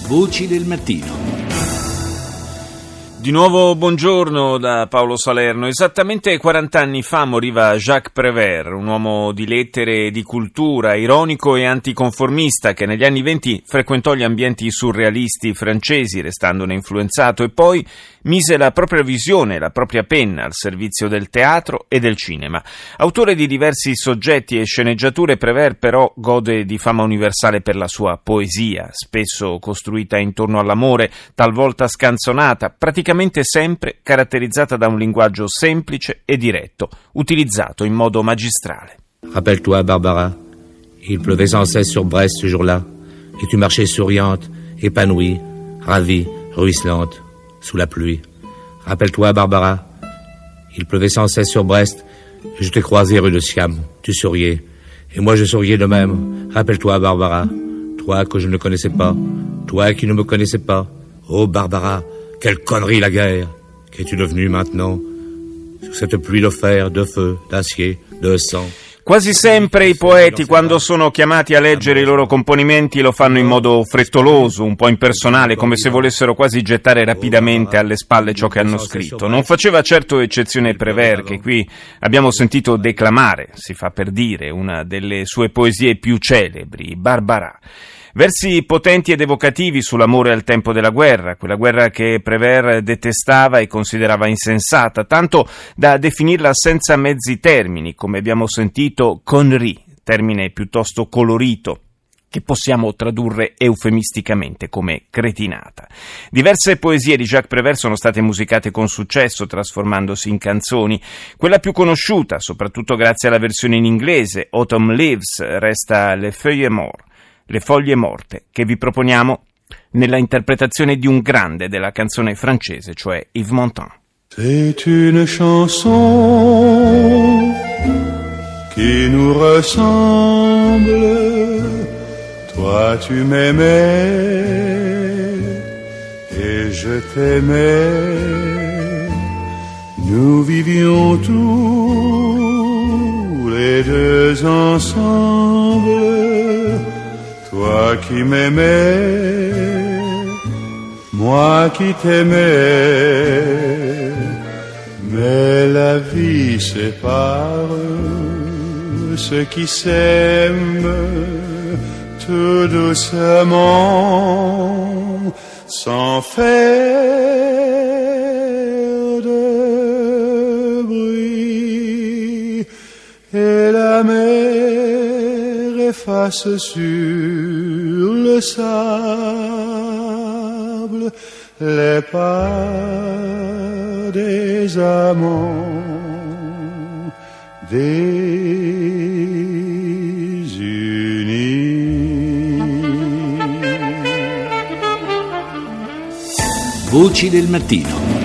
Voci del mattino. Di nuovo buongiorno da Paolo Salerno. Esattamente 40 anni fa moriva Jacques Prévert, un uomo di lettere e di cultura, ironico e anticonformista, che negli anni '20 frequentò gli ambienti surrealisti francesi, restandone influenzato, e poi mise la propria visione, la propria penna al servizio del teatro e del cinema. Autore di diversi soggetti e sceneggiature, Prévert però gode di fama universale per la sua poesia, spesso costruita intorno all'amore, talvolta scanzonata, praticamente sempre caratterizzata da un linguaggio semplice e diretto, utilizzato in modo magistrale. Rappelle-toi, Barbara, il pleuvait sans cesse sur Brest ce jour-là, et tu marchais souriante, épanouie, ravie, ruisselante, sous la pluie. Rappelle-toi, Barbara, il pleuvait sans cesse sur Brest, et je t'ai croisé rue de Siam, tu souriais, et moi je souriais de même. Rappelle-toi, Barbara, toi que je ne connaissais pas, toi qui ne me connaissais pas. Oh, Barbara, quelle connerie la guerre! Qu'es-tu devenue maintenant? Sur cette pluie de fer, de feu, d'acier, de sang. Quasi sempre i poeti, quando sono chiamati a leggere i loro componimenti, lo fanno in modo frettoloso, un po' impersonale, come se volessero quasi gettare rapidamente alle spalle ciò che hanno scritto. Non faceva certo eccezione Prévert, che qui abbiamo sentito declamare, si fa per dire, una delle sue poesie più celebri, Barbara. Versi potenti ed evocativi sull'amore al tempo della guerra, quella guerra che Prévert detestava e considerava insensata, tanto da definirla senza mezzi termini, come abbiamo sentito connerie, termine piuttosto colorito, che possiamo tradurre eufemisticamente come cretinata. Diverse poesie di Jacques Prévert sono state musicate con successo, trasformandosi in canzoni. Quella più conosciuta, soprattutto grazie alla versione in inglese, Autumn Leaves, resta Les Feuilles Mortes, le foglie morte, che vi proponiamo nella interpretazione di un grande della canzone francese, cioè Yves Montand. C'est une chanson qui nous ressemble. Toi tu m'aimais et je t'aimais. Nous vivions tous les deux ensemble. Toi qui m'aimais, moi qui t'aimais, mais la vie sépare ceux qui s'aiment tout doucement, sans faire de bruit, et la mer efface sur le sable les pas des amants désunis. Voci del mattino.